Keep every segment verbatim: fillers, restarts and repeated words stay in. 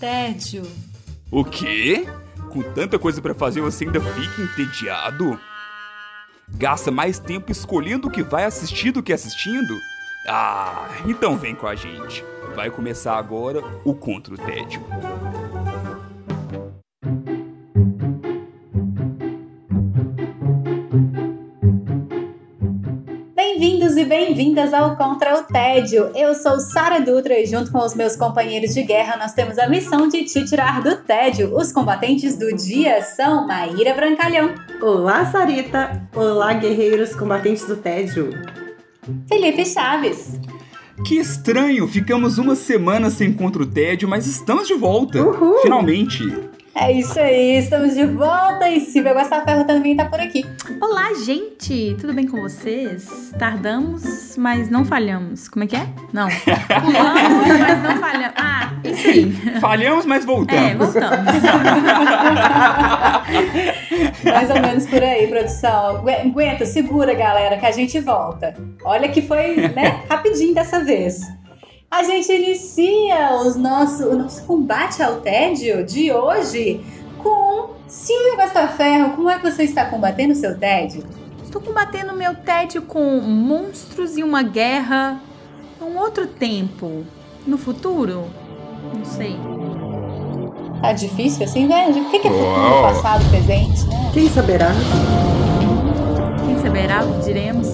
tédio. O quê? Com tanta coisa pra fazer você ainda fica entediado? Gasta mais tempo escolhendo o que vai assistir do que assistindo? Ah, então vem com a gente. Vai começar agora o Contra o Tédio. Bem-vindos e bem-vindas ao Contra o Tédio. Eu sou Sara Dutra e junto com os meus companheiros de guerra nós temos a missão de te tirar do tédio. Os combatentes do dia são Maíra Brancalhão. Olá, Sarita. Olá, guerreiros combatentes do tédio. Felipe Chaves. Que estranho, ficamos uma semana sem Contra o Tédio, mas estamos de volta. Uhul. Finalmente. É isso aí, estamos de volta e Silvia Guastaferro também tá por aqui. Olá, gente! Tudo bem com vocês? Tardamos, mas não falhamos. Como é que é? Não. Pulamos, mas não falhamos. Ah, isso aí. Falhamos, mas voltamos. É, voltamos. Mais ou menos por aí, produção. Aguenta, segura, galera, que a gente volta. Olha que foi, né, rapidinho dessa vez. A gente inicia os nosso, o nosso combate ao tédio de hoje com Silvia Guastaferro. Como é que você está combatendo o seu tédio? Estou combatendo o meu tédio com monstros e uma guerra num outro tempo. No futuro? Não sei. Tá difícil assim, né? O que é futuro, passado, presente, né? Quem saberá? Quem saberá, diremos.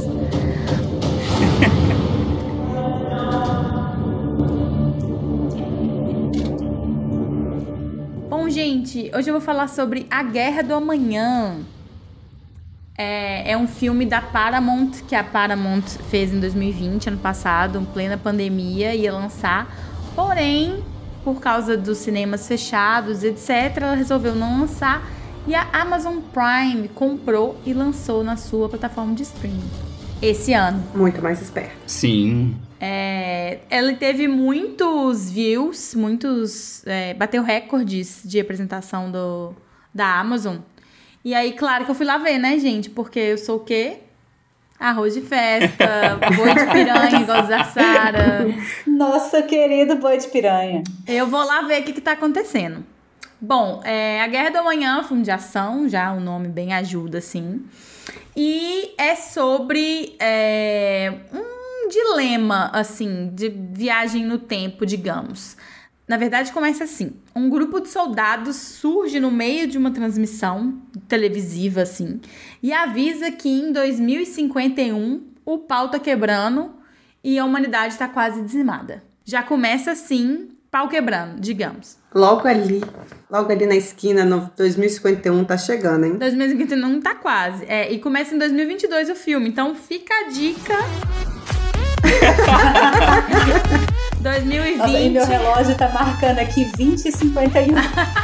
Bom, gente, hoje eu vou falar sobre A Guerra do Amanhã. É, é um filme da Paramount, que a Paramount fez em dois mil e vinte, ano passado, em plena pandemia, ia lançar. Porém, por causa dos cinemas fechados, etcétera, ela resolveu não lançar. E a Amazon Prime comprou e lançou na sua plataforma de streaming esse ano. Muito mais esperto. Sim. É, ela teve muitos views, muitos... É, bateu recordes de apresentação do, da Amazon. E aí, claro que eu fui lá ver, né, gente? Porque eu sou o quê? Arroz de festa, boi de piranha, igual da Sara. Nossa, querido boi de piranha. Eu vou lá ver o que, que tá acontecendo. Bom, é, A Guerra do Amanhã, filme de ação, já o nome bem ajuda, assim. E é sobre é, um dilema, assim, de viagem no tempo, digamos. Na verdade, começa assim. Um grupo de soldados surge no meio de uma transmissão televisiva, assim, e avisa que em dois mil e cinquenta e um o pau tá quebrando e a humanidade tá quase dizimada. Já começa assim, pau quebrando, digamos. Logo ali, logo ali na esquina, no dois mil e cinquenta e um, tá chegando, hein? dois mil e cinquenta e um tá quase. É, e começa em dois mil e vinte e dois o filme, então fica a dica... dois mil e vinte. Nossa, e meu relógio tá marcando aqui vinte e cinquenta e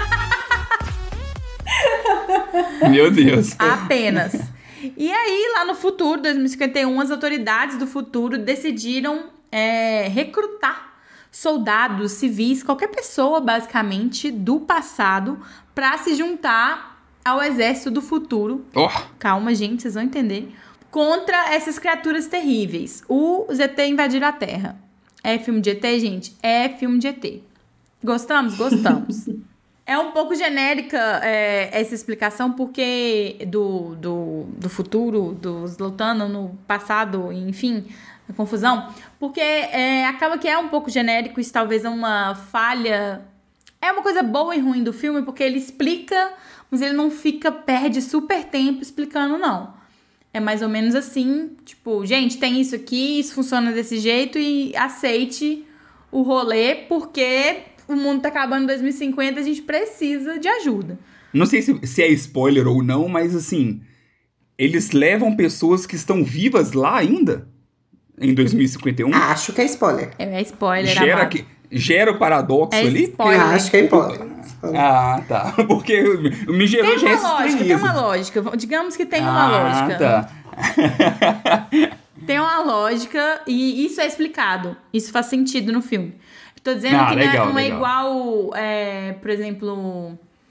um. Meu Deus. Apenas. E aí, lá no futuro, dois mil e cinquenta e um, as autoridades do futuro decidiram é, recrutar soldados, civis, qualquer pessoa, basicamente, do passado, pra se juntar ao exército do futuro. Oh. Calma, gente, vocês vão entender. Contra essas criaturas terríveis. Os E T invadiram a Terra. É filme de E T, gente? É filme de E T. Gostamos? Gostamos. É um pouco genérica é, essa explicação, porque do, do, do futuro, dos lutando no passado, enfim, a confusão, porque é, acaba que é um pouco genérico, isso talvez é uma falha. É uma coisa boa e ruim do filme, porque ele explica, mas ele não fica, perde super tempo explicando, não. É mais ou menos assim, tipo, gente, tem isso aqui, isso funciona desse jeito e aceite o rolê, porque o mundo tá acabando em dois mil e cinquenta, a gente precisa de ajuda. Não sei se, se é spoiler ou não, mas assim, eles levam pessoas que estão vivas lá ainda? Em dois mil e cinquenta e um? Acho que é spoiler. É, é spoiler, Gera, que, gera o paradoxo é ali? Spoiler. Acho que é spoiler. Ah, tá. Porque me gerou Tem já uma esse lógica, tem estranhismo. uma lógica. Digamos que tem uma ah, lógica. Tá. Tem uma lógica e isso é explicado. Isso faz sentido no filme. Tô dizendo Ah, que legal, não é legal. igual, é, por exemplo,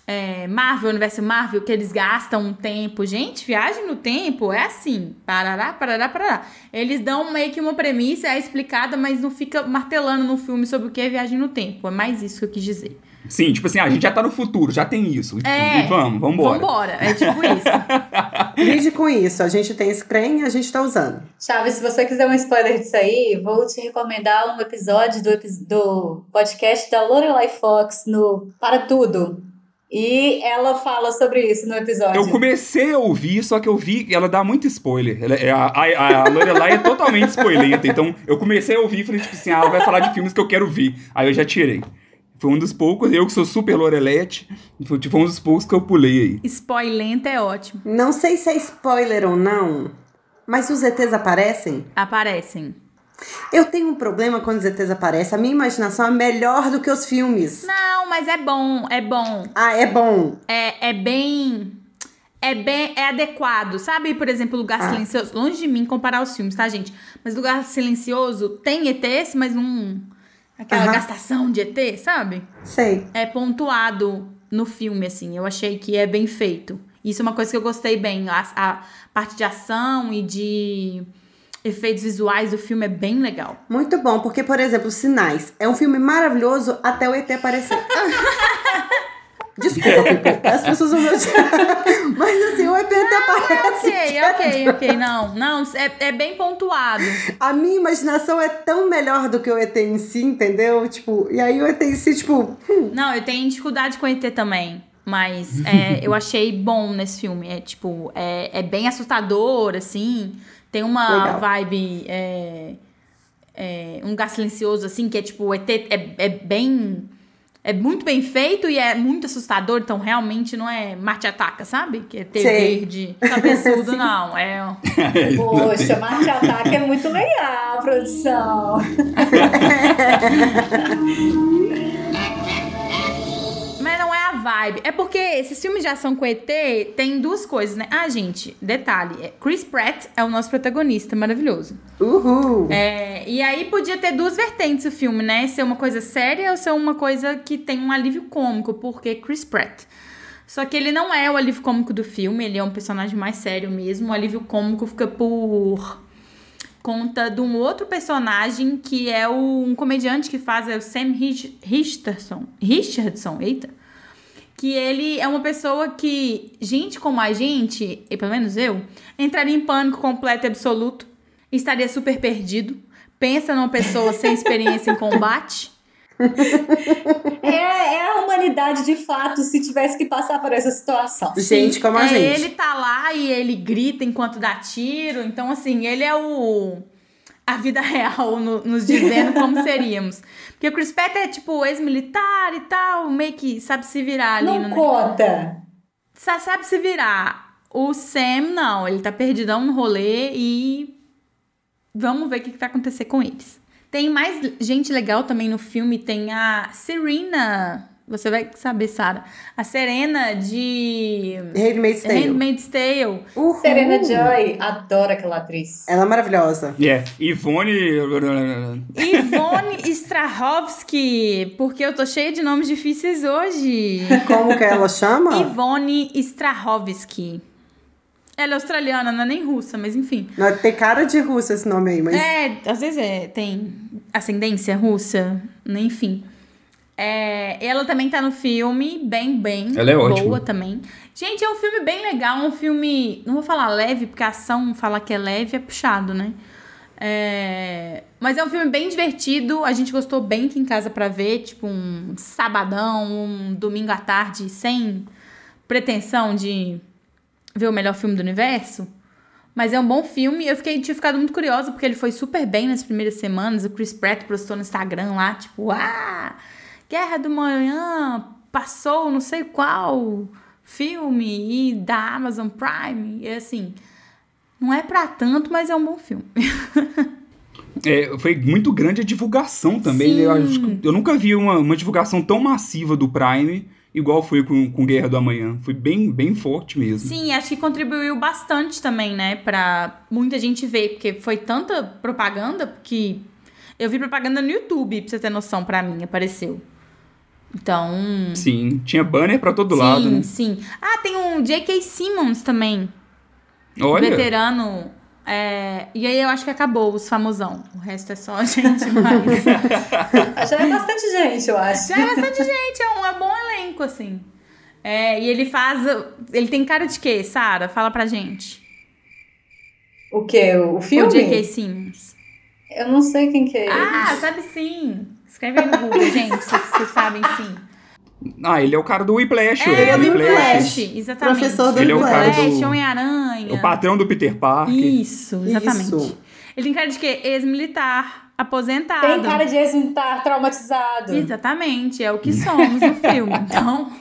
é, Marvel, universo Marvel, que eles gastam um tempo. Gente, viagem no tempo é assim, parará, parará, parará. Eles dão meio que uma premissa, é explicada, mas não fica martelando no filme sobre o que é viagem no tempo. É mais isso que eu quis dizer. Sim, tipo assim, a gente já tá no futuro, já tem isso. É, e vamos, vamos embora. Vambora, é tipo isso. Lide com isso, a gente tem esse creme e a gente tá usando. Chaves, se você quiser um spoiler disso aí, vou te recomendar um episódio do, do podcast da Lorelai Fox no Para Tudo. E ela fala sobre isso no episódio. Eu comecei a ouvir, só que eu vi, ela dá muito spoiler. Ela, a, a, a Lorelai é totalmente spoilenta, então eu comecei a ouvir e falei, tipo assim, ah, ela vai falar de filmes que eu quero ver. Aí eu já tirei. Foi um dos poucos, eu que sou super Lorelete, foi tipo um dos poucos que eu pulei aí. Spoilenta é ótimo. Não sei se é spoiler ou não, mas os E Tês aparecem? Aparecem. Eu tenho um problema quando os E Tês aparecem. A minha imaginação é melhor do que os filmes. Não, mas é bom, é bom. Ah, é bom. É, é bem... É bem... É adequado. Sabe, por exemplo, Lugar Ah. Silencioso? Longe de mim comparar os filmes, tá, gente? Mas Lugar Silencioso tem E Tês, mas não... Aquela Aham. gastação de E T, sabe? Sei. É pontuado no filme, assim. Eu achei que é bem feito. Isso é uma coisa que eu gostei bem. A, a parte de ação e de efeitos visuais do filme é bem legal. Muito bom, porque, por exemplo, Sinais. É um filme maravilhoso até o E T aparecer. Desculpa, Pipo. As pessoas vão me odiar. Mas assim, o E T aparece. Ok, ok, ok. Não, não. É, é bem pontuado. A minha imaginação é tão melhor do que o E T em si, entendeu? Tipo, e aí o E T em si, tipo... Hum. Não, eu tenho dificuldade com E T também. Mas é, eu achei bom nesse filme. É tipo, é, é bem assustador, assim. Tem uma Legal. vibe... É, é, um lugar silencioso, assim, que é tipo, o E T é, é bem... É muito bem feito e é muito assustador, então realmente não é Marte Ataca, sabe? Que é T Sei. verde, cabeçudo, não. É... Poxa, Marte Ataque é muito legal, produção. Mas não é a vibe. É porque esses filmes de ação com E T tem duas coisas, né? Ah, gente, detalhe. é- Chris Pratt é o nosso protagonista, maravilhoso. Uhul. É, e aí podia ter duas vertentes o filme, né? Ser uma coisa séria ou ser uma coisa que tem um alívio cômico, porque Chris Pratt. Só que ele não é o alívio cômico do filme, ele é um personagem mais sério mesmo. O alívio cômico fica por conta de um outro personagem que é o, um comediante que faz é o Sam Rich- Richardson. Richardson, eita. Que ele é uma pessoa que, gente como a gente, e pelo menos eu, entraria em pânico completo e absoluto, estaria super perdido, pensa numa pessoa sem experiência em combate. É, é a humanidade de fato se tivesse que passar por essa situação. Gente como a é, gente. Ele tá lá e ele grita enquanto dá tiro, então assim, ele é o... a vida real no- nos dizendo como seríamos. Porque o Chris Pratt é tipo ex-militar e tal, meio que sabe se virar ali. Não no... conta. Só sabe se virar. O Sam, não. Ele tá perdidão no rolê e vamos ver o que, que vai acontecer com eles. Tem mais gente legal também no filme. Tem a Serena. Você vai saber, Sarah. A Serena de Handmaid's Tale. Handmaid's Tale. Uhul. Serena Joy, adoro aquela atriz. Ela é maravilhosa. É, Ivone... Ivone Strahovski. Porque eu tô cheia de nomes difíceis hoje. Como que ela chama? Ivone Strahovski. Ela é australiana, não é nem russa, mas enfim. Não, tem cara de russa esse nome aí, mas... É, às vezes é, tem ascendência russa, né, enfim. É, ela também tá no filme, bem, bem. Ela é boa ótima. também. Gente, é um filme bem legal, um filme... Não vou falar leve, porque a ação falar que é leve é puxado, né? É, mas é um filme bem divertido, a gente gostou bem aqui em casa pra ver, tipo um sabadão, um domingo à tarde, sem pretensão de ver o melhor filme do universo. Mas é um bom filme. Eu fiquei, tinha ficado muito curiosa, porque ele foi super bem nas primeiras semanas. O Chris Pratt postou no Instagram lá, tipo, ah, Guerra do Manhã passou não sei qual filme e da Amazon Prime. E assim, não é pra tanto, mas é um bom filme. É, foi muito grande a divulgação também. Né? Eu, acho que eu nunca vi uma, uma divulgação tão massiva do Prime igual foi com, com Guerra do Amanhã. Foi bem, bem forte mesmo. Sim, acho que contribuiu bastante também, né? Pra muita gente ver, porque foi tanta propaganda que eu vi propaganda no YouTube, pra você ter noção, pra mim, apareceu. Então... Sim, tinha banner pra todo sim, lado, né? Sim, sim. Ah, tem um J K. Simmons também. Olha. Veterano. É, e aí eu acho que acabou os famosão. O resto é só gente mais. Já é bastante gente, eu acho. Já é bastante gente, é um, é um bom elenco, assim. É, e ele faz... Ele tem cara de quê, Sara? Fala pra gente. O quê? O filme? O J K. Simmons. Eu não sei quem que é ele. Ah, sabe sim. Escreve aí no Google, gente, se vocês sabem sim. Ah, ele é o cara do Whiplash. É, ele é do Whiplash. Whiplash, exatamente. Professor do Ele é o cara Whiplash, do... Homem-Aranha. O patrão do Peter Parker. Isso, exatamente. Isso. Ele tem cara de quê? Ex-militar, aposentado. Tem cara de ex-militar traumatizado. Exatamente, é o que somos no filme. Então,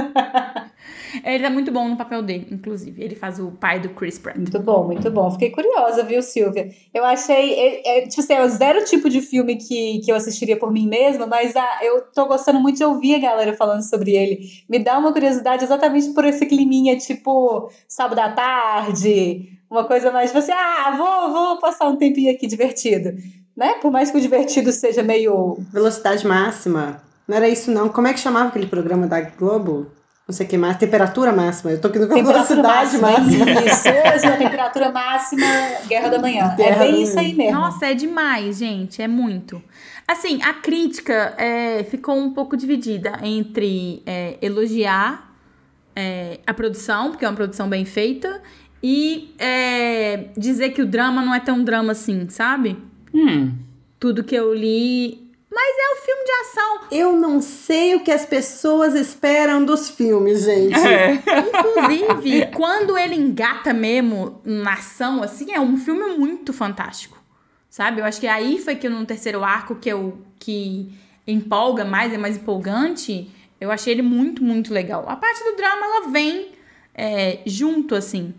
ele é muito bom no papel dele, inclusive. Ele faz o pai do Chris Pratt. Muito bom, muito bom. Fiquei curiosa, viu, Silvia? Eu achei... É, é, tipo assim, é o zero tipo de filme que, que eu assistiria por mim mesma, mas ah, eu tô gostando muito de ouvir a galera falando sobre ele. Me dá uma curiosidade exatamente por esse climinha, tipo, sábado à tarde, uma coisa mais, tipo assim, ah, vou, vou passar um tempinho aqui divertido. Né? Por mais que o divertido seja meio... Velocidade máxima. Não era isso, não. Como é que chamava aquele programa da Globo? Não sei o que mais. Temperatura máxima. Eu tô aqui no velocidade máxima. máxima. Isso, hoje a temperatura máxima, Guerra da Manhã. Guerra é bem da isso aí mesmo. Nossa, é demais, gente. É muito. Assim, a crítica é, ficou um pouco dividida entre é, elogiar é, a produção, porque é uma produção bem feita, e é, dizer que o drama não é tão drama assim, sabe? Hum. Tudo que eu li... Mas é um filme de ação. Eu não sei o que as pessoas esperam dos filmes, gente. É. Inclusive, quando ele engata mesmo na ação, assim, é um filme muito fantástico. Sabe? Eu acho que aí foi que no terceiro arco que, eu, que empolga mais, é mais empolgante. Eu achei ele muito, muito legal. A parte do drama, ela vem é, junto, assim.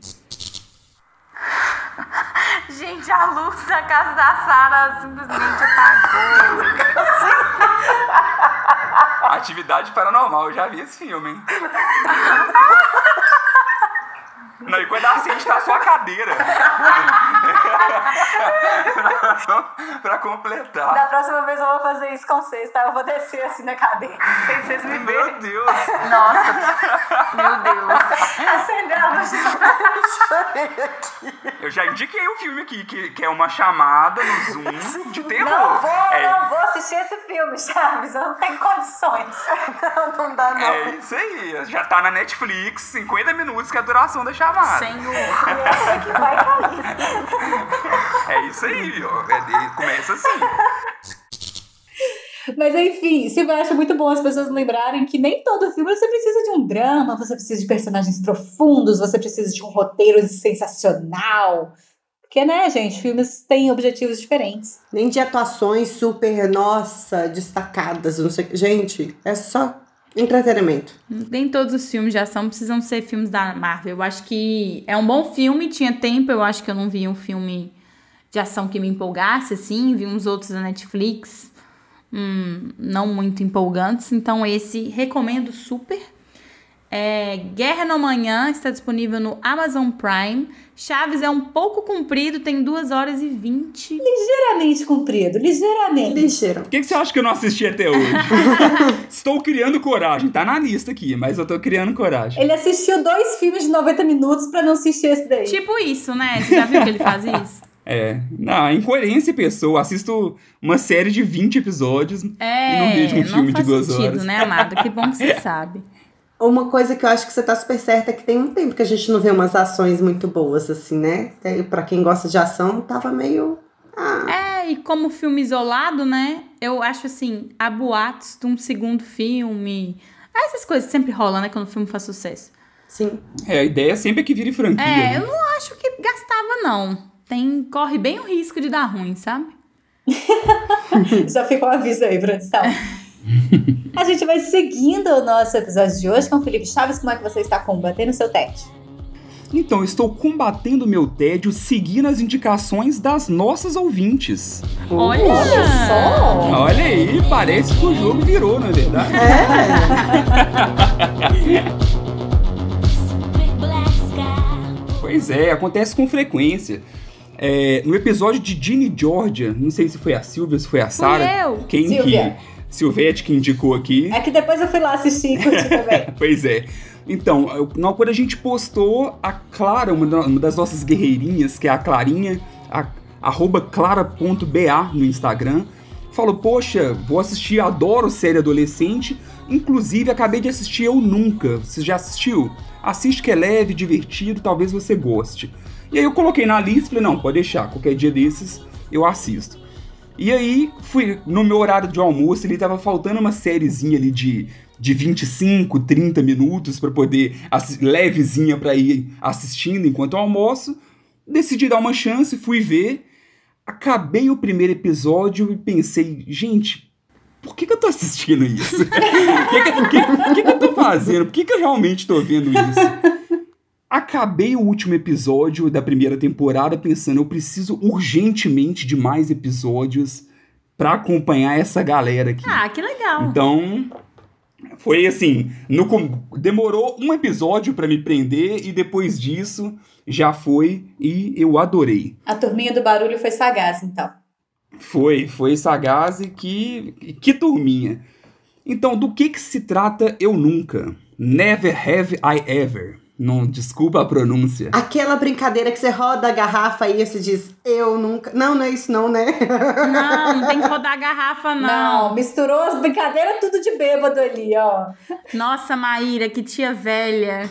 Gente, a luz da casa da Sara simplesmente apagou. Atividade Paranormal, eu já vi esse filme, hein? Não, e quando acende tá a sua cadeira. Pra completar. Da próxima vez eu vou fazer isso com vocês, tá? Eu vou descer assim na cadeira, sem vocês me verem. Meu Deus. Nossa, meu Deus. Acender a luz. Eu já indiquei o filme aqui, que, que é uma chamada no Zoom de terror. Não vou, é, não vou assistir esse filme, Chaves. Eu não tenho condições. Não, não dá, não. É isso aí. Já tá na Netflix, cinquenta minutos que é a duração da chamada. Senhor. Essa daqui vai cair. É isso aí, ó. É, começa assim. Mas enfim, Silvia, eu acho muito bom as pessoas lembrarem que nem todo filme você precisa de um drama, você precisa de personagens profundos, você precisa de um roteiro sensacional. Porque, né, gente, filmes têm objetivos diferentes. Nem de atuações super, nossa, destacadas, não sei o que. Gente, é só entretenimento. Nem todos os filmes de ação precisam ser filmes da Marvel. Eu acho que é um bom filme, tinha tempo, eu acho que eu não vi um filme de ação que me empolgasse, assim, vi uns outros da Netflix, hum, não muito empolgantes, então esse recomendo super. É, Guerra no Amanhã está disponível no Amazon Prime. Chaves é um pouco comprido, tem duas horas e vinte. Ligeiramente comprido, ligeiramente. Ligeiro. Por que, que você acha que eu não assisti até hoje? Estou criando coragem. Tá na lista aqui, mas eu tô criando coragem. Ele assistiu dois filmes de noventa minutos pra não assistir esse daí. Tipo isso, né? Você já viu que ele faz isso? É, não, incoerência, pessoa. Eu assisto uma série de vinte episódios É, e não vejo um filme de duas sentido, horas. né, amado? Que bom que você sabe. Uma coisa que eu acho que você tá super certa é que tem um tempo que a gente não vê umas ações muito boas, assim, né? Pra quem gosta de ação, tava meio... Ah. É, e como filme isolado, né? Eu acho assim, há boatos de um segundo filme. Essas coisas sempre rolam, né? Quando o filme faz sucesso. Sim. É, a ideia sempre é que vire franquia. É, né? eu não acho que gastava, não. Tem, corre bem o risco de dar ruim, sabe? Já fica um aviso aí, produção. A gente vai seguindo o nosso episódio de hoje com o Felipe Chaves. Como é que você está combatendo o seu tédio? Então, estou combatendo meu tédio seguindo as indicações das nossas ouvintes. Olha! Olha só! Olha aí, parece que o jogo virou, não é verdade? Pois é, acontece com frequência. É, no episódio de Ginny Georgia, não sei se foi a Silvia, se foi a Sara. eu. Quem Silvia. que Silvete que indicou aqui. É que depois eu fui lá assistir e curti também. Pois é. Então, eu, não, quando a gente postou, a Clara, uma, da, uma das nossas guerreirinhas, que é a Clarinha, a, arroba clara.ba no Instagram, falou, poxa, vou assistir, adoro série adolescente, inclusive acabei de assistir Eu Nunca. Você já assistiu? Assiste que é leve, divertido, talvez você goste. E aí eu coloquei na lista e falei, não, pode deixar, qualquer dia desses eu assisto. E aí, fui no meu horário de almoço, ele tava faltando uma sériezinha ali de, de vinte e cinco, trinta minutos pra poder, levezinha pra ir assistindo enquanto eu almoço. Decidi dar uma chance, fui ver. Acabei o primeiro episódio e pensei, gente, por que que eu tô assistindo isso? O que que, que, que que eu tô fazendo? Por que que eu realmente tô vendo isso? Acabei o último episódio da primeira temporada pensando, eu preciso urgentemente de mais episódios pra acompanhar essa galera aqui. Ah, que legal. Então, foi assim, no, demorou um episódio pra me prender e depois disso já foi e eu adorei. A turminha do barulho foi sagaz, então. Foi, foi sagaz e que, que turminha. Então, do que que se trata Eu Nunca? Never Have I Ever. Não, desculpa a pronúncia. Aquela brincadeira que você roda a garrafa e você diz, eu nunca... Não, não é isso não, né? Não, não tem que rodar a garrafa, não. Não, misturou as brincadeiras tudo de bêbado ali, ó. Nossa, Maíra, que tia velha.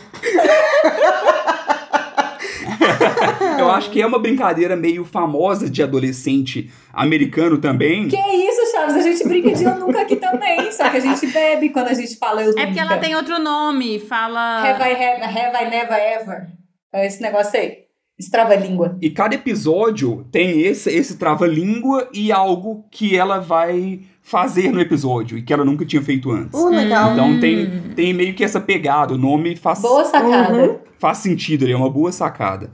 Eu acho que é uma brincadeira meio famosa de adolescente americano também. Que isso, Chaves? A gente brinca de Eu Nunca aqui também. Só que a gente bebe quando a gente fala Eu Nunca. É porque ela tem outro nome, fala... Have I, have, have I never ever. É esse negócio aí. Esse trava-língua. E cada episódio tem esse, esse trava-língua e algo que ela vai fazer no episódio e que ela nunca tinha feito antes. Uh, legal. Então tem, tem meio que essa pegada. O nome faz... Boa sacada. Uhum. Faz sentido, ele é uma boa sacada.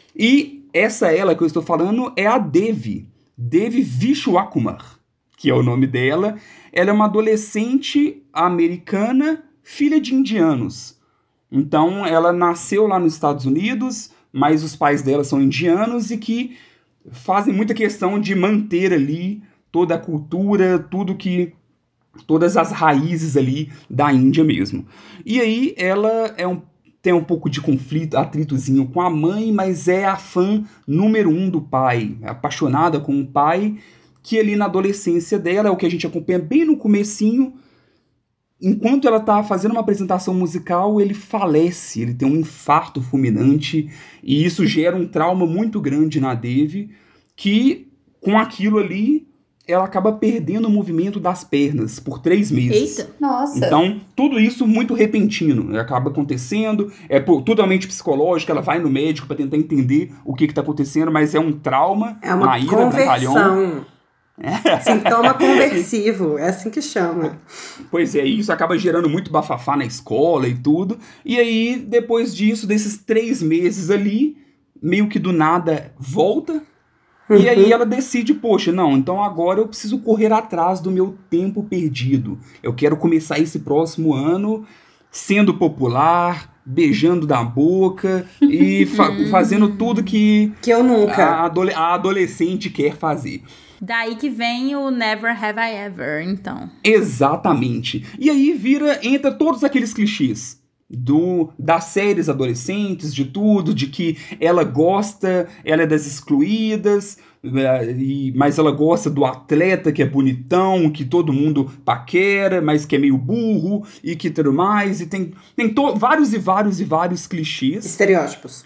E essa ela que eu estou falando é a Devi. Devi Vishwakumar, que é o nome dela. Ela é uma adolescente americana, filha de indianos. Então, ela nasceu lá nos Estados Unidos, mas os pais dela são indianos e que fazem muita questão de manter ali toda a cultura, tudo que... todas as raízes ali da Índia mesmo. E aí, ela é um tem um pouco de conflito, atritozinho com a mãe, mas é a fã número um do pai, apaixonada com o pai, que ali na adolescência dela, é o que a gente acompanha bem no comecinho, enquanto ela tá fazendo uma apresentação musical, ele falece, ele tem um infarto fulminante, e isso gera um trauma muito grande na Devi, que com aquilo ali, ela acaba perdendo o movimento das pernas por três meses. Eita! Nossa! Então, tudo isso muito repentino. Acaba acontecendo, é totalmente psicológico, ela vai no médico para tentar entender o que está acontecendo, mas é um trauma. É uma Maíra, conversão. É. Sintoma conversivo, é assim que chama. Pois é, isso acaba gerando muito bafafá na escola e tudo. E aí, depois disso, desses três meses ali, meio que do nada volta. Uhum. E aí ela decide, poxa, não, então agora eu preciso correr atrás do meu tempo perdido. Eu quero começar esse próximo ano sendo popular, beijando da boca e fa- fazendo tudo que, que eu nunca. A, adole- a adolescente quer fazer. Daí que vem o Never Have I Ever, então. Exatamente. E aí vira, entra todos aqueles clichês. Do, das séries adolescentes, de tudo, de que ela gosta, ela é das excluídas, e, mas ela gosta do atleta que é bonitão, que todo mundo paquera, mas que é meio burro, e que tudo mais, e tem, tem to, vários e vários e vários clichês. Estereótipos.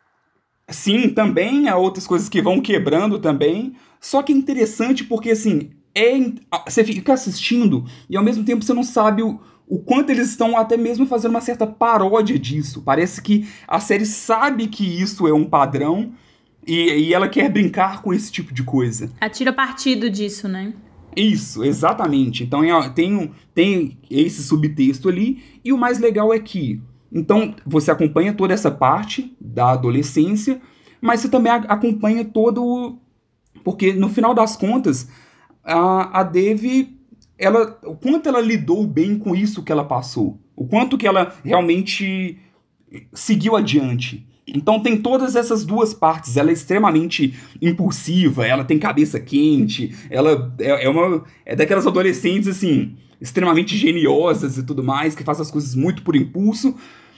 Sim, também, há outras coisas que vão quebrando também, só que é interessante porque, assim, é, você fica assistindo e ao mesmo tempo você não sabe o o quanto eles estão até mesmo fazendo uma certa paródia disso. Parece que a série sabe que isso é um padrão e, e ela quer brincar com esse tipo de coisa. Atira partido disso, né? Isso, exatamente. Então é, tem, tem esse subtexto ali. E o mais legal é que, então, você acompanha toda essa parte da adolescência, mas você também acompanha todo o... Porque, no final das contas, a, a Devi... Ela, o quanto ela lidou bem com isso que ela passou. O quanto que ela realmente seguiu adiante. Então tem todas essas duas partes. Ela é extremamente impulsiva, ela tem cabeça quente, ela é, é uma é daquelas adolescentes assim, extremamente geniosas e tudo mais, que faz as coisas muito por impulso,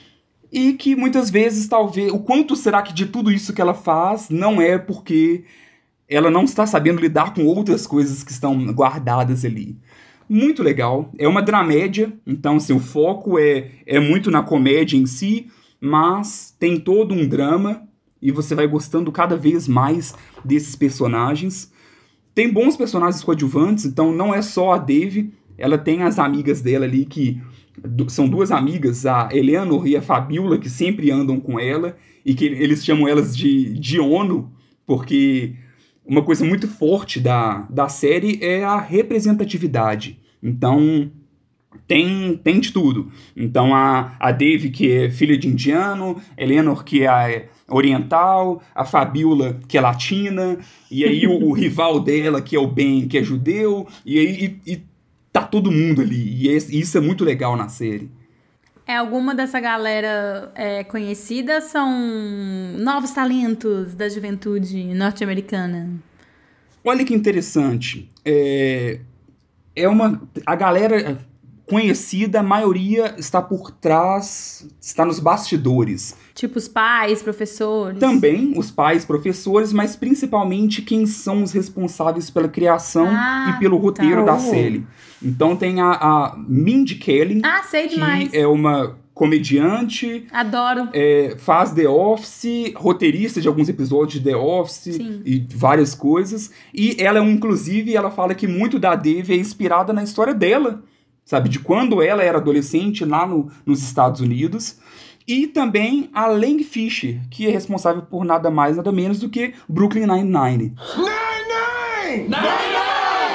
e que muitas vezes, talvez, o quanto será que de tudo isso que ela faz não é porque ela não está sabendo lidar com outras coisas que estão guardadas ali. Muito legal. É uma dramédia, então assim, o foco é, é muito na comédia em si, mas tem todo um drama e você vai gostando cada vez mais desses personagens. Tem bons personagens coadjuvantes, então não é só a Dave, ela tem as amigas dela ali, que são duas amigas, a Eleanor e a Fabiola, que sempre andam com ela, e que eles chamam elas de Diono, porque uma coisa muito forte da, da série é a representatividade. Então tem, tem de tudo. Então a, a Dave, que é filha de indiano, Eleanor, que é oriental, a Fabiola, que é latina, e aí o, o rival dela, que é o Ben, que é judeu, e aí e, e tá todo mundo ali, e, esse, e isso é muito legal na série. É, alguma dessa galera é, conhecida são novos talentos da juventude norte-americana? Olha que interessante. É, é uma... A galera conhecida, a maioria está por trás, está nos bastidores. Tipo os pais, professores? Também os pais, professores, mas principalmente quem são os responsáveis pela criação ah, e pelo roteiro tá. da série. Então tem a, a Mindy Kaling, ah, sei que demais. é uma comediante. Adoro. É, faz The Office, roteirista de alguns episódios de The Office. Sim. E várias coisas. E ela, inclusive, ela fala que muito da Dave é inspirada na história dela, sabe? De quando ela era adolescente lá no, nos Estados Unidos. E também a Lang Fisher, que é responsável por nada mais, nada menos do que Brooklyn Nine-Nine. Nine-Nine! Nine-Nine!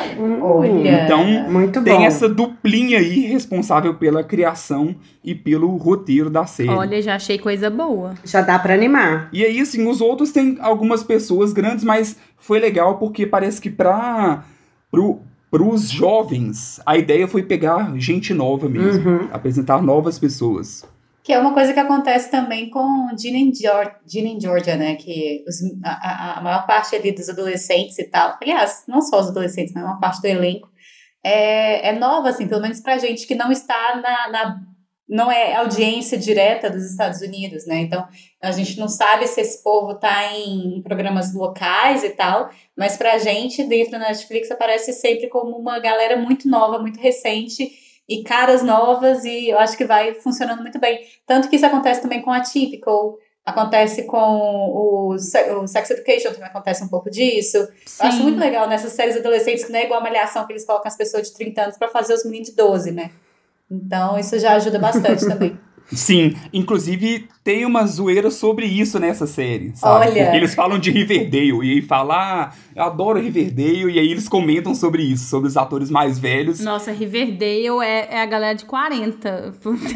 Olha, então, muito tem bom. essa duplinha aí responsável pela criação e pelo roteiro da série. Olha, já achei coisa boa. Já dá pra animar. E aí, assim, os outros tem algumas pessoas grandes, mas foi legal porque parece que pra... Pro, pros jovens, a ideia foi pegar gente nova mesmo. Uhum. Apresentar novas pessoas. Que é uma coisa que acontece também com Ginny and Georgia, Ginny and Georgia, né? Que os, a, a maior parte ali dos adolescentes e tal, aliás, não só os adolescentes, mas a maior parte do elenco, é, é nova, assim, pelo menos pra gente que não está na, na... não é audiência direta dos Estados Unidos, né? Então, a gente não sabe se esse povo tá em programas locais e tal, mas pra gente, dentro da Netflix, aparece sempre como uma galera muito nova, muito recente, e caras novas, e eu acho que vai funcionando muito bem. Tanto que isso acontece também com a Atypical, acontece com o, o Sex Education, também acontece um pouco disso. Sim. Eu acho muito legal nessas séries adolescentes, que não é igual a Malhação, que eles colocam as pessoas de trinta anos pra fazer os meninos de doze, né? Então isso já ajuda bastante também. Sim, inclusive tem uma zoeira sobre isso nessa série, sabe? Olha. Porque eles falam de Riverdale, e aí falam, ah, eu adoro Riverdale, e aí eles comentam sobre isso, sobre os atores mais velhos. Nossa, Riverdale é, é a galera de quarenta.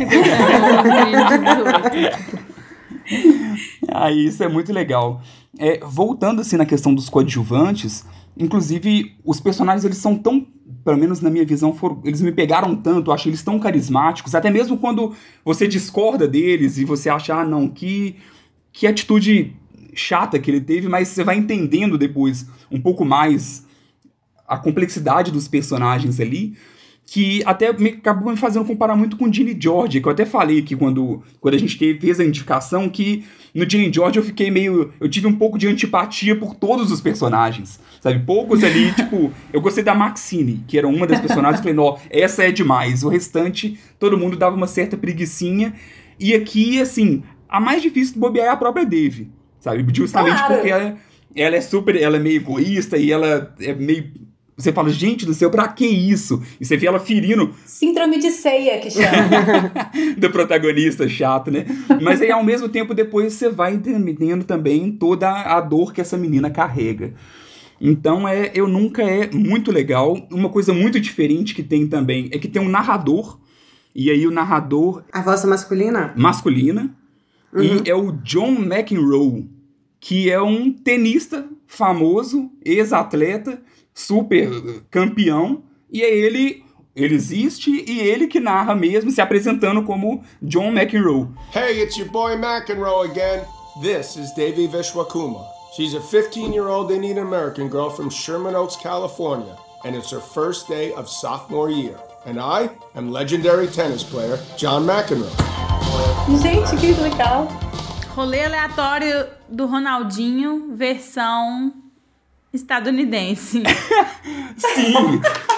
Aí isso é muito legal. É, voltando assim na questão dos coadjuvantes, inclusive os personagens eles são tão, pelo menos na minha visão, foram, eles me pegaram tanto, eu acho eles tão carismáticos, até mesmo quando você discorda deles e você acha, ah não, que, que atitude chata que ele teve, mas você vai entendendo depois um pouco mais a complexidade dos personagens ali, que até me, acabou me fazendo comparar muito com Ginny and Georgia, que eu até falei aqui quando, quando a gente teve, fez a indicação, que no Ginny and Georgia eu fiquei meio... Eu tive um pouco de antipatia por todos os personagens, sabe? Poucos ali, tipo... Eu gostei da Maxine, que era uma das personagens, eu falei, não, essa é demais. O restante, todo mundo dava uma certa preguicinha. E aqui, assim, a mais difícil de bobear é a própria Dave, sabe? Justamente claro. Porque ela, ela é super... Ela é meio egoísta e ela é meio... Você fala, gente do céu, pra que isso? E você vê ela ferindo... Síndrome de ceia, que chama. Do protagonista chato, né? Mas aí, ao mesmo tempo, depois você vai entendendo também toda a dor que essa menina carrega. Então, é, eu nunca é muito legal. Uma coisa muito diferente que tem também é que tem um narrador. E aí, o narrador... A voz masculina? Masculina. Uhum. E é o John McEnroe, que é um tenista famoso, ex-atleta, super campeão, e é ele, ele existe, e ele que narra mesmo, se apresentando como John McEnroe. Hey, it's your boy McEnroe again. This is Devi Vishwakuma. She's a fifteen-year-old Indian American girl from Sherman Oaks, California, and it's her first day of sophomore year. And I am legendary tennis player John McEnroe. Gente, que legal. Rolê aleatório do Ronaldinho, versão estadunidense. Sim!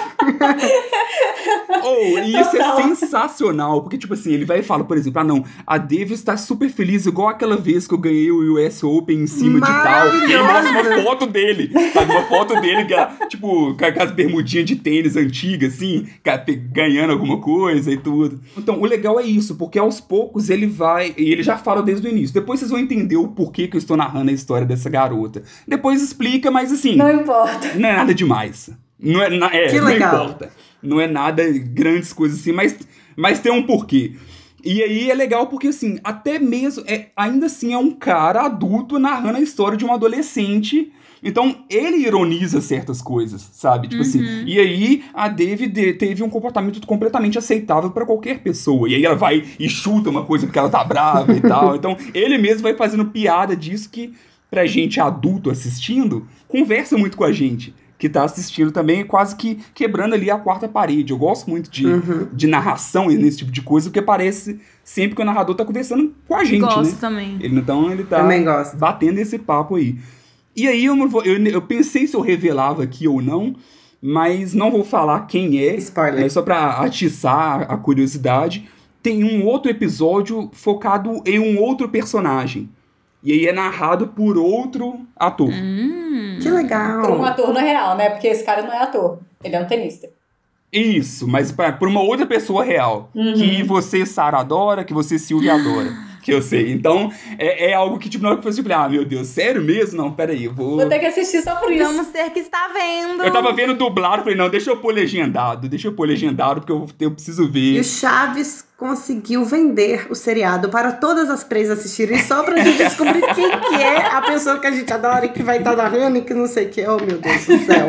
Oh, e isso é sensacional, porque, tipo assim, ele vai e fala, por exemplo, ah, não, a Davis tá super feliz, igual aquela vez que eu ganhei o U S Open em cima de tal. E ele mostra uma foto dele, sabe? Uma foto dele, tipo, com as bermudinhas de tênis antigas, assim, ganhando alguma coisa e tudo. Então, o legal é isso, porque aos poucos ele vai, e ele já fala desde o início, depois vocês vão entender o porquê que eu estou narrando a história dessa garota. Depois explica, mas assim... Não importa. Não é nada demais. Não é, na, é que não legal. importa. Não é nada grandes coisas assim, mas, mas tem um porquê. E aí é legal porque, assim, até mesmo, é, ainda assim é um cara adulto narrando a história de um adolescente. Então, ele ironiza certas coisas, sabe? Tipo uhum. assim, e aí a David teve um comportamento completamente aceitável pra qualquer pessoa. E aí ela vai e chuta uma coisa porque ela tá brava e tal. Então, ele mesmo vai fazendo piada disso que, pra gente adulto assistindo, conversa muito com a gente. Que tá assistindo também, quase que quebrando ali a quarta parede. Eu gosto muito de, uhum. de narração nesse tipo de coisa, porque parece sempre que o narrador tá conversando com a gente, gosto né? também. Ele, então ele tá também gosto. batendo esse papo aí. E aí eu, vou, eu, eu pensei se eu revelava aqui ou não, mas não vou falar quem é. Spoiler. Mas só pra atiçar a curiosidade. Tem um outro episódio focado em um outro personagem. E aí é narrado por outro ator. Hum. Que legal. Por um ator não é real, né? Porque esse cara não é ator. Ele é um tenista. Isso, mas pra, por uma outra pessoa real. Uhum. Que você, Sara, adora, que você, Silvia, adora. Que eu sei. Então, é, é algo que, tipo, na hora que eu falei, ah, meu Deus, sério mesmo? Não, peraí, eu vou... Vou ter que assistir só por isso. Vamos ter que estar vendo. Eu tava vendo dublado, falei, não, deixa eu pôr legendado. Deixa eu pôr legendado, porque eu, eu preciso ver. E o Chaves conseguiu vender o seriado para todas as presas assistirem, só pra gente descobrir quem que é a pessoa que a gente adora e que vai estar narrando e que não sei o que. Oh, meu Deus do céu.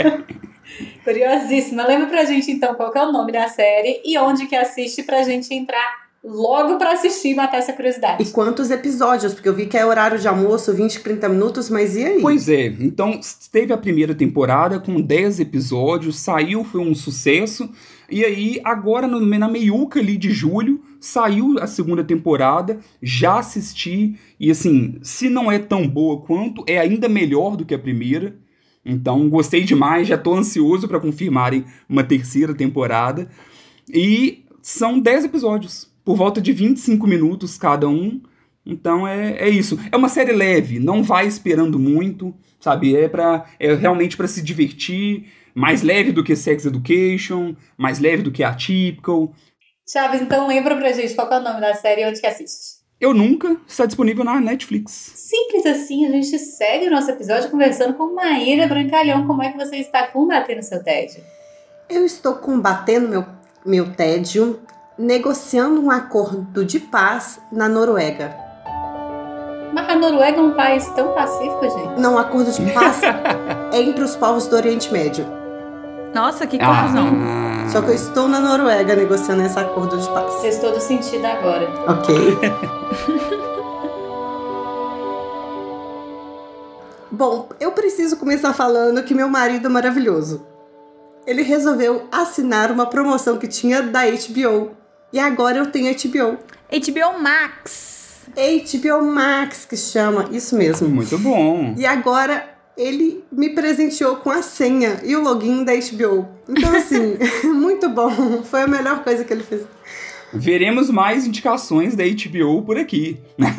Curiosíssima. Lembra pra gente, então, qual que é o nome da série e onde que assiste pra gente entrar logo pra assistir e matar essa curiosidade. E quantos episódios? Porque eu vi que é horário de almoço, vinte, trinta minutos, mas e aí? Pois é, então teve a primeira temporada com dez episódios, saiu, foi um sucesso, e aí agora no, na meiuca ali de julho, saiu a segunda temporada, já assisti, e assim, se não é tão boa quanto, é ainda melhor do que a primeira, então gostei demais, já tô ansioso pra confirmarem uma terceira temporada, e são dez episódios. Por volta de vinte e cinco minutos cada um. Então é, é isso. É uma série leve, não vai esperando muito, sabe? É, pra, é realmente para se divertir. Mais leve do que Sex Education, mais leve do que Atypical. Chaves, então lembra pra gente qual é o nome da série e onde que assiste. Eu Nunca está disponível na Netflix. Simples assim, a gente segue o nosso episódio conversando com Maíra Brancalhão. Como é que você está combatendo o seu tédio? Eu estou combatendo meu, meu tédio negociando um acordo de paz na Noruega. Mas a Noruega é um país tão pacífico, gente. Não, um acordo de paz entre os povos do Oriente Médio. Nossa, que confusão. Ah. Só que eu estou na Noruega negociando esse acordo de paz. Fez todo sentido agora. Ok. Bom, eu preciso começar falando que meu marido é maravilhoso. Ele resolveu assinar uma promoção que tinha da H B O. E agora eu tenho H B O. H B O Max. H B O Max, que chama. Isso mesmo. Muito bom. E agora ele me presenteou com a senha e o login da H B O. Então, assim, muito bom. Foi a melhor coisa que ele fez. Veremos mais indicações da H B O por aqui.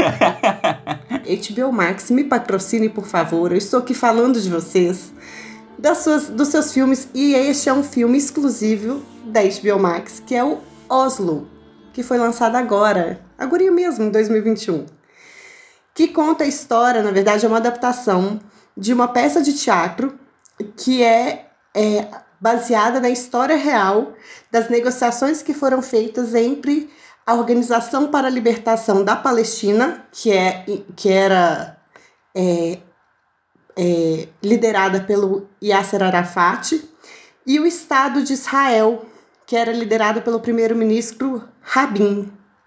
H B O Max, me patrocine, por favor. Eu estou aqui falando de vocês, das suas, dos seus filmes. E este é um filme exclusivo da H B O Max, que é o Oslo, que foi lançado agora, agora mesmo, em dois mil e vinte e um. Que conta a história, na verdade, é uma adaptação de uma peça de teatro que é, é baseada na história real das negociações que foram feitas entre a Organização para a Libertação da Palestina, que, é, que era é, é, liderada pelo Yasser Arafat, e o Estado de Israel, que era liderado pelo primeiro-ministro Rabin.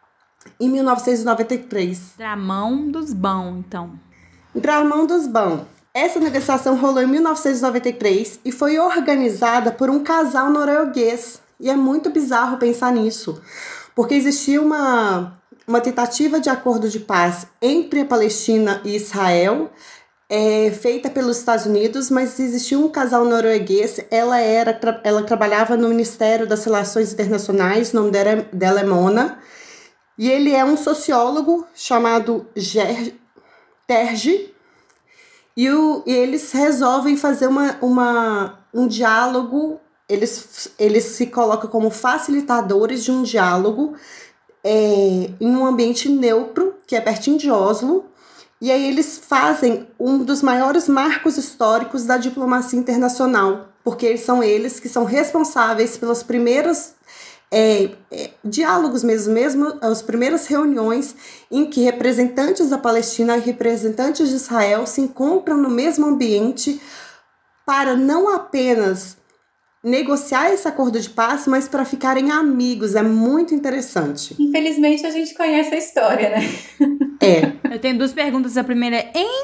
em mil novecentos e noventa e três. Dramão dos bão, então. Dramão dos bão. Essa negociação rolou em mil novecentos e noventa e três e foi organizada por um casal norueguês. E é muito bizarro pensar nisso, porque existia uma, uma tentativa de acordo de paz entre a Palestina e Israel, é, feita pelos Estados Unidos, mas existia um casal norueguês. Ela, era, ela trabalhava no Ministério das Relações Internacionais, o nome dela, dela é Mona, e ele é um sociólogo chamado Ger, Terje, e, o, e eles resolvem fazer uma, uma, um diálogo. Eles, eles se colocam como facilitadores de um diálogo é, em um ambiente neutro, que é pertinho de Oslo. E aí eles fazem um dos maiores marcos históricos da diplomacia internacional, porque são eles que são responsáveis pelos primeiros é, é, diálogos mesmo, mesmo, as primeiras reuniões em que representantes da Palestina e representantes de Israel se encontram no mesmo ambiente para não apenas negociar esse acordo de paz, mas para ficarem amigos. É muito interessante. Infelizmente, a gente conhece a história, né? É. Eu tenho duas perguntas. A primeira é em?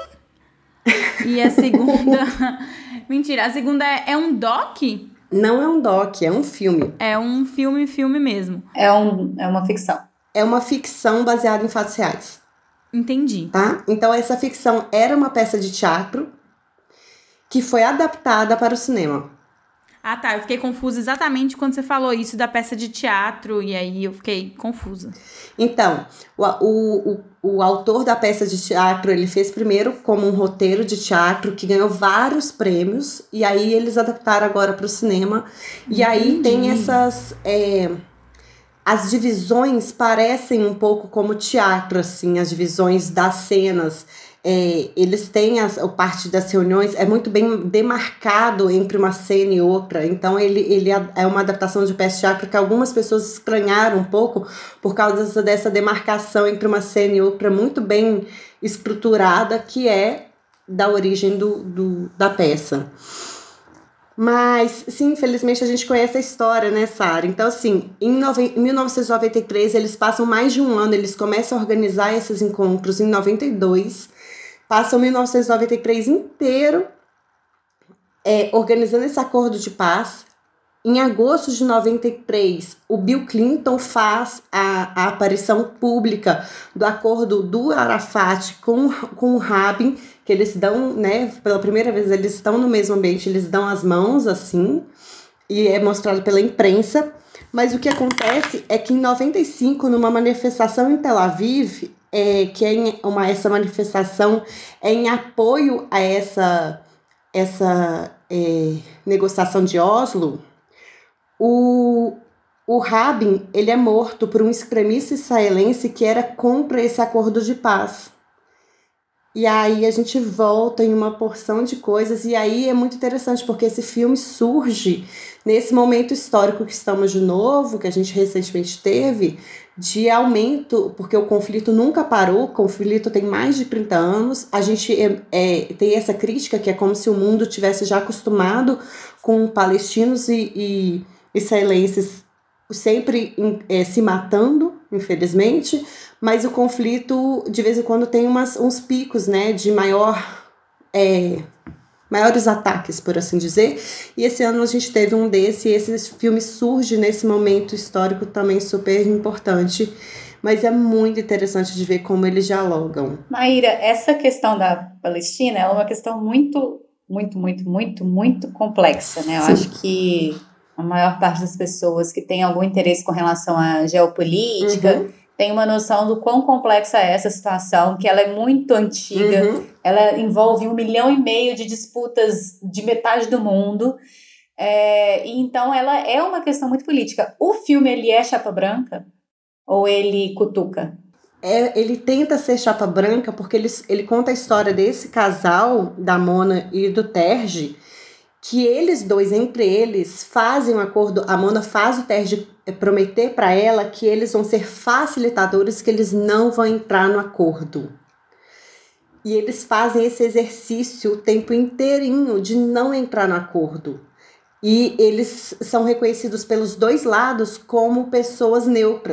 E a segunda... Mentira, a segunda é, é um doc? Não é um doc, é um filme. É um filme, filme mesmo. É, um, é uma ficção. É uma ficção baseada em fatos reais. Entendi. Tá? Então, essa ficção era uma peça de teatro que foi adaptada para o cinema. Ah, tá. Eu fiquei confusa exatamente quando você falou isso da peça de teatro, e aí eu fiquei confusa. Então, o, o, o, o autor da peça de teatro, ele fez primeiro como um roteiro de teatro que ganhou vários prêmios, e aí eles adaptaram agora para o cinema. E Entendi. Aí tem essas... É, as divisões parecem um pouco como teatro, assim, as divisões das cenas. É, eles têm as, a parte das reuniões, é muito bem demarcado entre uma cena e outra. Então ele, ele é uma adaptação de peça de teatro que algumas pessoas estranharam um pouco por causa dessa demarcação entre uma cena e outra muito bem estruturada, que é da origem do, do, da peça. Mas, sim, infelizmente a gente conhece a história, né, Sara? Então, assim, em mil novecentos e noventa e três, eles passam mais de um ano, eles começam a organizar esses encontros em noventa e dois, passam mil novecentos e noventa e três inteiro é, organizando esse acordo de paz. Em agosto de noventa e três, o Bill Clinton faz a, a aparição pública do acordo do Arafat com, com o Rabin, que eles dão, né, pela primeira vez eles estão no mesmo ambiente, eles dão as mãos assim, e é mostrado pela imprensa. Mas o que acontece é que em noventa e cinco, numa manifestação em Tel Aviv, é, que é em uma, essa manifestação é em apoio a essa, essa é, negociação de Oslo, o, o Rabin ele é morto por um extremista israelense que era contra esse acordo de paz. E aí a gente volta em uma porção de coisas, e aí é muito interessante, porque esse filme surge nesse momento histórico que estamos de novo, que a gente recentemente teve, de aumento, porque o conflito nunca parou, o conflito tem mais de trinta anos, a gente é, é, tem essa crítica que é como se o mundo tivesse já acostumado com palestinos e, e israelenses sempre é, se matando, infelizmente, mas o conflito, de vez em quando, tem umas, uns picos, né, de maior, é, maiores ataques, por assim dizer, e esse ano a gente teve um desse, e esse filme surge nesse momento histórico também super importante, mas é muito interessante de ver como eles dialogam. Maíra, essa questão da Palestina é uma questão muito, muito, muito, muito, muito complexa, né? Eu Sim. acho que a maior parte das pessoas que tem algum interesse com relação à geopolítica uhum. tem uma noção do quão complexa é essa situação, que ela é muito antiga, uhum. ela envolve um milhão e meio de disputas de metade do mundo, é, e então ela é uma questão muito política. O filme, ele é chapa branca ou ele cutuca? É, ele tenta ser chapa branca porque ele, ele conta a história desse casal, da Mona e do Terje, que eles dois, entre eles, fazem um acordo. A Mona faz o Terje prometer para ela que eles vão ser facilitadores, que eles não vão entrar no acordo. E eles fazem esse exercício o tempo inteirinho de não entrar no acordo. E eles são reconhecidos pelos dois lados como pessoas neutras.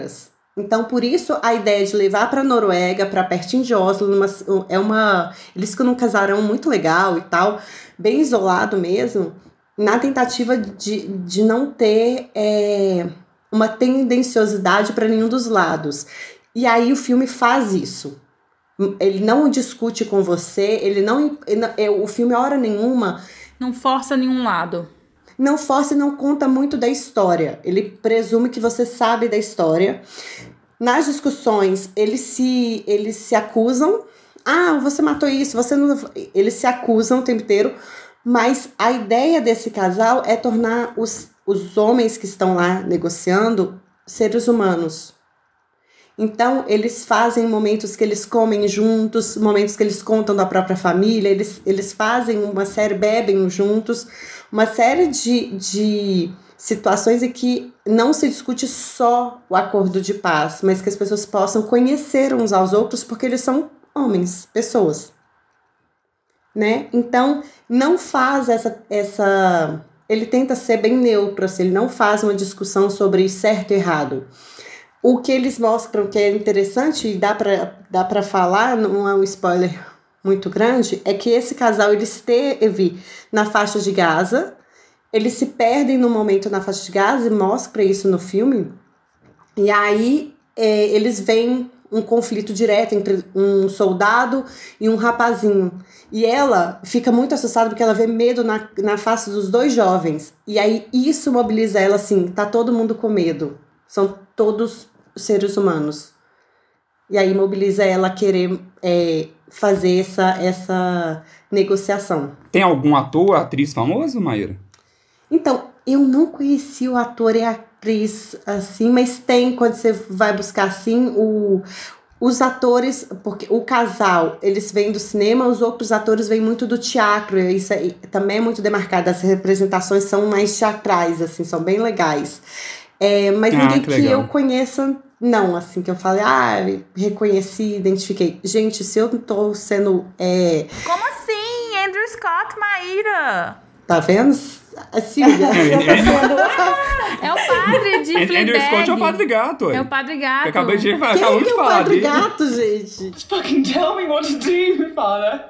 Então, por isso, a ideia de levar para Noruega, para pertinho de Oslo, numa, é uma... Eles ficam num casarão muito legal e tal, bem isolado mesmo, na tentativa de, de não ter é, uma tendenciosidade para nenhum dos lados. E aí o filme faz isso. Ele não discute com você, ele não... Ele, o filme, hora nenhuma... Não força nenhum lado. Não força e não conta muito da história. Ele presume que você sabe da história. Nas discussões, eles se, eles se acusam. Ah, você matou isso, você não... Eles se acusam o tempo inteiro. Mas a ideia desse casal é tornar os, os homens que estão lá negociando seres humanos. Então, eles fazem momentos que eles comem juntos, momentos que eles contam da própria família, eles, eles fazem uma série, bebem juntos, uma série de, de situações em que não se discute só o acordo de paz, mas que as pessoas possam conhecer uns aos outros, porque eles são homens, pessoas. Né? Então, não faz essa, essa... Ele tenta ser bem neutro, assim, ele não faz uma discussão sobre certo e errado. O que eles mostram que é interessante e dá pra, dá pra falar, não é um spoiler muito grande, é que esse casal, ele esteve na faixa de Gaza, eles se perdem no momento na faixa de Gaza e mostra isso no filme, e aí é, eles veem um conflito direto entre um soldado e um rapazinho. E ela fica muito assustada porque ela vê medo na, na face dos dois jovens. E aí isso mobiliza ela assim, tá todo mundo com medo. São todos seres humanos. E aí mobiliza ela a querer é, fazer essa, essa negociação. Tem algum ator, atriz famoso, Maíra? Então, eu não conheci o ator e a atriz assim, mas tem, quando você vai buscar assim, o, os atores, porque o casal, eles vêm do cinema, os outros atores vêm muito do teatro, isso aí, também é muito demarcado, as representações são mais teatrais, assim, são bem legais. É, mas ah, ninguém que, que eu conheça, não, assim, que eu falei, ah, reconheci, identifiquei. Gente, se eu tô sendo... É... Como assim? Andrew Scott, Maíra? Tá vendo? A Silvia. É o padre de Fleabag. Andrew Scott é o padre gato. É o padre gato. Que acabei de falar, Quem acabou é de o falar padre dele. gato, gente? Just fucking tell me what to do, father.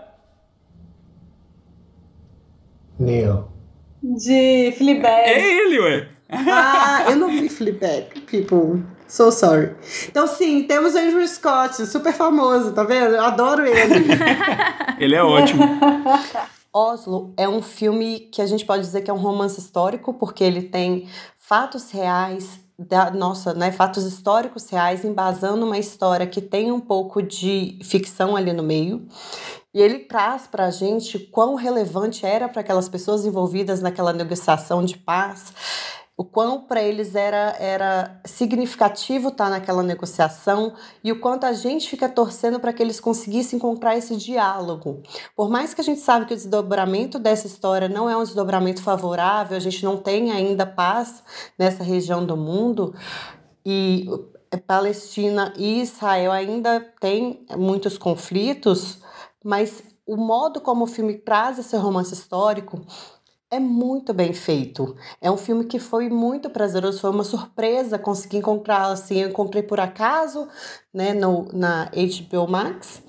Neil. De Fleabag. É ele, ué. Ah, eu não vi Fleabag, people. So sorry. Então, sim, temos o Andrew Scott, super famoso, tá vendo? Eu adoro ele. Ele é ótimo. Oslo é um filme que a gente pode dizer que é um romance histórico, porque ele tem fatos reais, da, nossa, né, fatos históricos reais, embasando uma história que tem um pouco de ficção ali no meio. E ele traz pra gente quão relevante era para aquelas pessoas envolvidas naquela negociação de paz, o quão para eles era, era significativo estar naquela negociação e o quanto a gente fica torcendo para que eles conseguissem encontrar esse diálogo. Por mais que a gente sabe que o desdobramento dessa história não é um desdobramento favorável, a gente não tem ainda paz nessa região do mundo, e Palestina e Israel ainda tem muitos conflitos, mas o modo como o filme traz esse romance histórico é muito bem feito. É um filme que foi muito prazeroso, foi uma surpresa conseguir encontrá-lo assim. Eu encontrei por acaso, né, no, na H B O Max.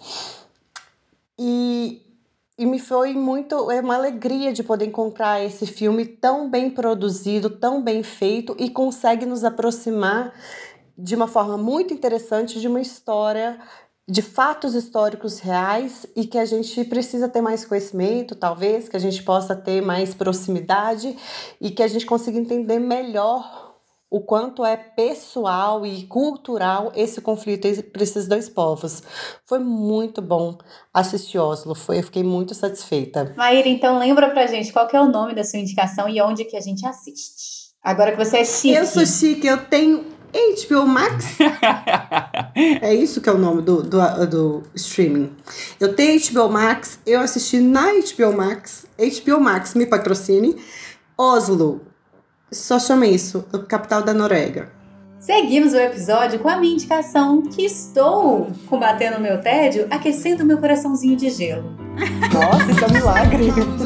E, e me foi muito, é uma alegria de poder encontrar esse filme tão bem produzido, tão bem feito e consegue nos aproximar de uma forma muito interessante de uma história, de fatos históricos reais e que a gente precisa ter mais conhecimento, talvez, que a gente possa ter mais proximidade e que a gente consiga entender melhor o quanto é pessoal e cultural esse conflito entre esses dois povos. Foi muito bom assistir Oslo, foi, eu fiquei muito satisfeita. Maíra, então lembra pra gente qual que é o nome da sua indicação e onde que a gente assiste. Agora que você é chique. Eu sou chique, eu tenho H B O Max. É isso que é o nome do, do, do streaming. Eu tenho H B O Max, eu assisti na H B O Max. H B O Max me patrocine. Oslo, só chama isso, a capital da Noruega. Seguimos o episódio com a minha indicação, que estou combatendo o meu tédio, aquecendo o meu coraçãozinho de gelo. Nossa, isso é um milagre.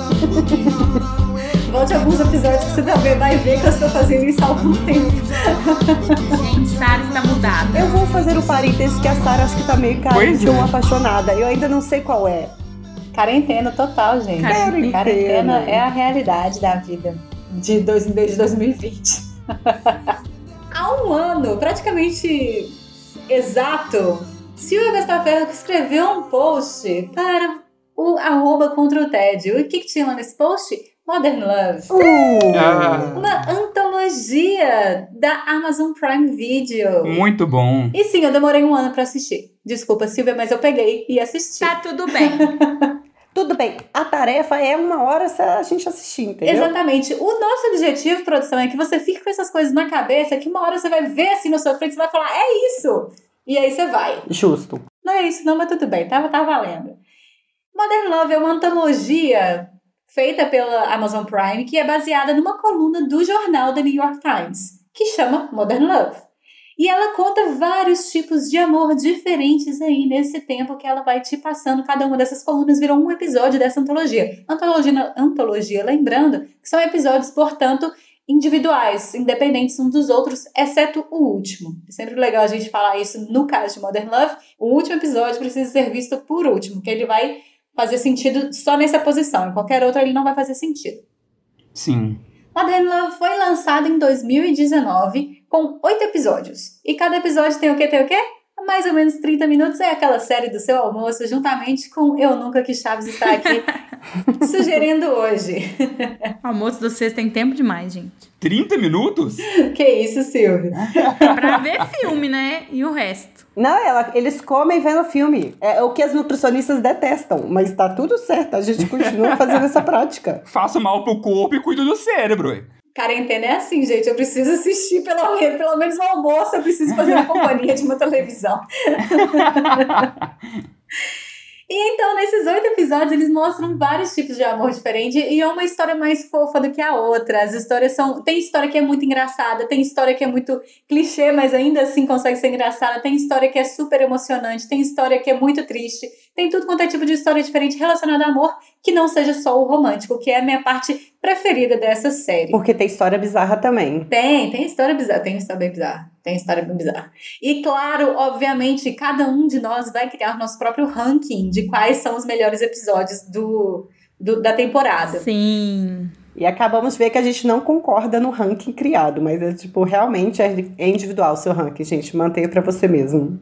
Volte alguns episódios que você também vai ver que eu estou fazendo isso há algum tempo. Gente, Sara está mudada. Eu Eu vou fazer o parênteses que a Sarah acho que tá meio carente Pois é. ou apaixonada. Eu ainda não sei qual é. Quarentena total, gente. Quarentena. Quarentena é a realidade da vida de dois, desde dois mil e vinte. Há um ano, praticamente exato, Silvia Gastaferro escreveu um post para o arroba contra o tédio. E o que, que tinha lá nesse post? Modern Love. Uh, Ah, Uma antologia da Amazon Prime Video. muito bom. E sim, eu demorei um ano pra assistir. Desculpa, Silvia, mas eu peguei e assisti. Tá tudo bem. tudo bem, a tarefa é uma hora se a gente assistir, entendeu? Exatamente. O nosso objetivo, produção, é que você fique com essas coisas na cabeça, que uma hora você vai ver assim na sua frente, você vai falar, é isso! E aí você vai. Justo. Não é isso não, mas tudo bem, tá, tá valendo. Modern Love é uma antologia feita pela Amazon Prime, que é baseada numa coluna do jornal The New York Times, que chama Modern Love. E ela conta vários tipos de amor diferentes aí nesse tempo que ela vai te passando. Cada uma dessas colunas virou um episódio dessa antologia. Antologia, antologia lembrando que são episódios, portanto, individuais, independentes uns dos outros, exceto o último. É sempre legal a gente falar isso no caso de Modern Love. O último episódio precisa ser visto por último, que ele vai fazer sentido só nessa posição. Em qualquer outra ele não vai fazer sentido. Sim. Modern Love foi lançado em dois mil e dezenove com oito episódios. E cada episódio tem o quê? Tem o quê? Mais ou menos trinta minutos. É aquela série do seu almoço, juntamente com Eu Nunca Que Chaves está aqui sugerindo hoje. Almoço do sexto tem tempo demais, gente. trinta minutos? Que isso, Silvio? Pra ver filme, né? E o resto. Não, ela, eles comem vendo filme. É o que as nutricionistas detestam, mas tá tudo certo. A gente continua fazendo essa prática. Faça mal pro corpo e cuida do cérebro. ué. Quarentena é assim, gente. Eu preciso assistir pelo menos, pelo menos no almoço. Eu preciso fazer a companhia de uma televisão. E então, nesses oito episódios, eles mostram vários tipos de amor diferente e é uma história mais fofa do que a outra. As histórias são... Tem história que é muito engraçada, tem história que é muito clichê, mas ainda assim consegue ser engraçada, tem história que é super emocionante, tem história que é muito triste, tem tudo quanto é tipo de história diferente relacionada a amor, que não seja só o romântico, que é a minha parte preferida dessa série. Porque tem história bizarra também. Tem, tem história bizarra, tem história bem bizarra, tem história bem bizarra. E claro, obviamente, cada um de nós vai criar nosso próprio ranking de quais são os melhores episódios do, do, da temporada. Sim. E acabamos de ver que a gente não concorda no ranking criado, mas é tipo, realmente é individual o seu ranking, gente. Mantenha pra você mesmo.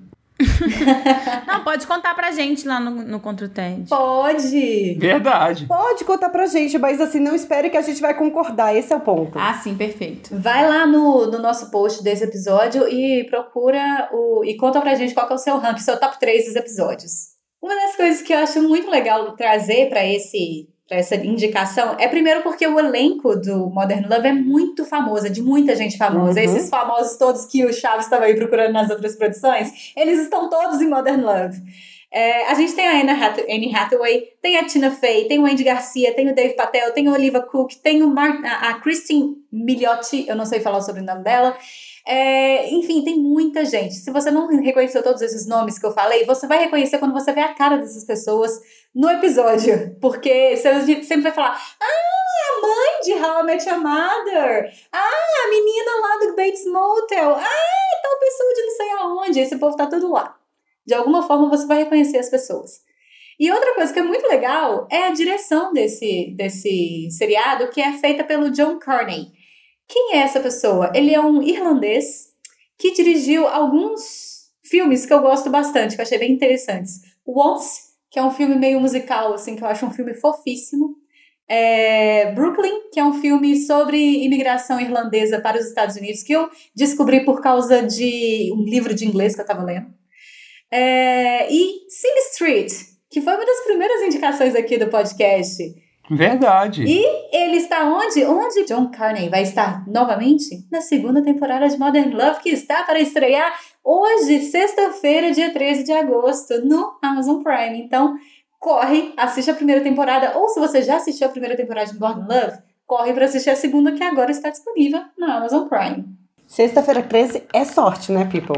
Não, pode contar pra gente lá no, no Contra o Ted. Pode! Verdade. Pode contar pra gente, mas assim, não espere que a gente vai concordar. Esse é o ponto. Ah, sim, perfeito. Vai lá no, no nosso post desse episódio e procura o, e conta pra gente qual que é o seu ranking, seu top três dos episódios. Uma das coisas que eu acho muito legal trazer pra esse... pra essa indicação, é primeiro porque o elenco do Modern Love é muito famoso, é de muita gente famosa. Uhum. Esses famosos todos que o Chaves estava aí procurando nas outras produções, eles estão todos em Modern Love. É, a gente tem a Anne Hath- Anne Hathaway, tem a Tina Fey, tem o Andy Garcia, tem o Dave Patel, tem a Olivia Cook, tem o Mar- a, a Christine Milioti, eu não sei falar o sobrenome dela. É, enfim, tem muita gente. Se você não reconheceu todos esses nomes que eu falei, você vai reconhecer quando você vê a cara dessas pessoas no episódio, porque você sempre vai falar: ah, a mãe de How I Met Your Mother, ah, a menina lá do Bates Motel, ah, tal pessoa de não sei aonde. Esse povo tá tudo lá. De alguma forma você vai reconhecer as pessoas. E outra coisa que é muito legal é a direção desse, desse seriado, que é feita pelo John Carney. Quem é essa pessoa? Ele é um irlandês que dirigiu alguns filmes que eu gosto bastante, que eu achei bem interessantes. Once, que é um filme meio musical, assim, que eu acho um filme fofíssimo. É Brooklyn, que é um filme sobre imigração irlandesa para os Estados Unidos, que eu descobri por causa de um livro de inglês que eu estava lendo. É... E Sin Street, que foi uma das primeiras indicações aqui do podcast. Verdade. E ele está onde? Onde John Carney vai estar novamente? Na segunda temporada de Modern Love, que está para estrear hoje, sexta-feira, dia treze de agosto, no Amazon Prime. Então, corre, assiste a primeira temporada, ou se você já assistiu a primeira temporada de Modern Love, corre para assistir a segunda, que agora está disponível na Amazon Prime. Sexta-feira treze é sorte, né, people?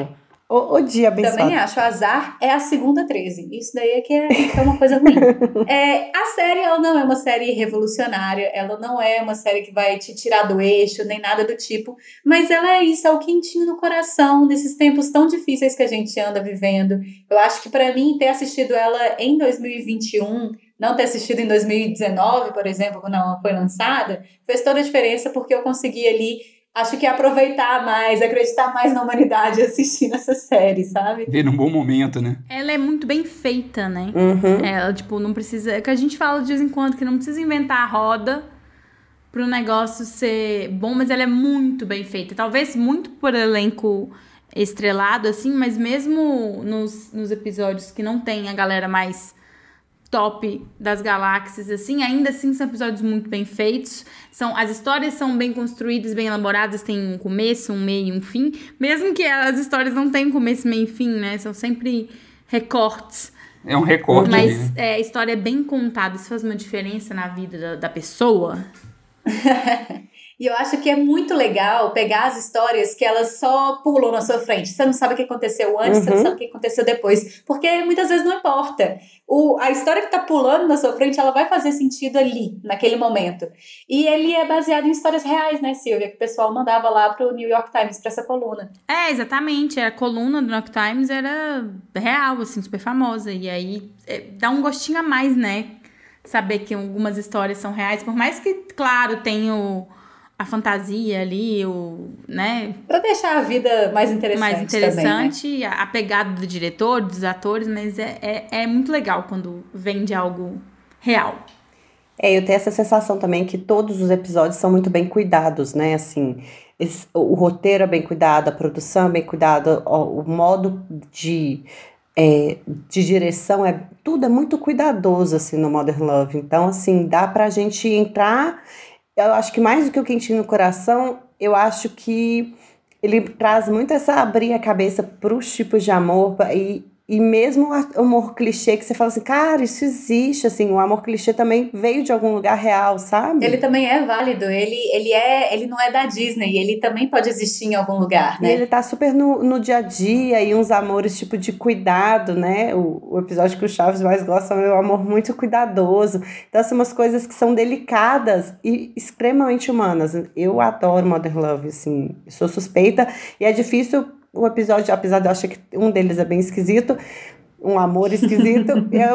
O, o dia abençoado. Também acho, o Azar é a segunda treze. Isso daí é que é, que é uma coisa ruim. É, a série, ela não é uma série revolucionária, ela não é uma série que vai te tirar do eixo, nem nada do tipo, mas ela é isso, é o quentinho no coração, nesses tempos tão difíceis que a gente anda vivendo. Eu acho que pra mim, ter assistido ela em dois mil e vinte e um, não ter assistido em dois mil e dezenove, por exemplo, quando ela foi lançada, fez toda a diferença, porque eu consegui ali, acho que aproveitar mais, acreditar mais na humanidade assistindo essa série, sabe? Ver num bom momento, né? Ela é muito bem feita, né? Uhum. Ela, tipo, não precisa... É que a gente fala de vez em quando que não precisa inventar a roda pro negócio ser bom, mas ela é muito bem feita. Talvez muito por elenco estrelado, assim, mas mesmo nos, nos episódios que não tem a galera mais top das galáxias, assim, ainda assim são episódios muito bem feitos. São, as histórias são bem construídas, bem elaboradas, tem um começo, um meio e um fim. Mesmo que as histórias não tenham começo, meio e fim, né? São sempre recortes. É um recorte. Mas ali, né? é, a história é bem contada. Isso faz uma diferença na vida da, da pessoa. E eu acho que é muito legal pegar as histórias que elas só pulam na sua frente. Você não sabe o que aconteceu antes, Uhum. você não sabe o que aconteceu depois. Porque muitas vezes não importa. O, a história que tá pulando na sua frente, ela vai fazer sentido ali, naquele momento. E ele é baseado em histórias reais, né, Silvia? Que o pessoal mandava lá pro New York Times, pra essa coluna. É, exatamente. A coluna do New York Times era real, assim, super famosa. E aí é, dá um gostinho a mais, né? Saber que algumas histórias são reais. Por mais que, claro, tem o... a fantasia ali, o, né? Pra deixar a vida mais interessante, mais interessante, também, né? a, a pegada do diretor, dos atores, mas é, é, é muito legal quando vem de algo real. É, eu tenho essa sensação também que todos os episódios são muito bem cuidados, né? Assim, esse, o roteiro é bem cuidado, a produção é bem cuidada, o, o modo de, é, de direção, é, tudo é muito cuidadoso, assim, no Modern Love. Então, assim, dá pra gente entrar... Eu acho que mais do que o quentinho no coração, eu acho que ele traz muito essa abrir a cabeça para os tipos de amor e, e mesmo o amor clichê que você fala assim, cara, isso existe, assim, o amor clichê também veio de algum lugar real, sabe? Ele também é válido, ele, ele, é, ele não é da Disney, ele também pode existir em algum lugar, né? E ele tá super no, no dia a dia e uns amores tipo de cuidado, né? O, o episódio que o Chaves mais gosta é um amor muito cuidadoso. Então, são umas coisas que são delicadas e extremamente humanas. Eu adoro Modern Love, assim, sou suspeita e é difícil o episódio, apesar de eu achar que um deles é bem esquisito, um amor esquisito,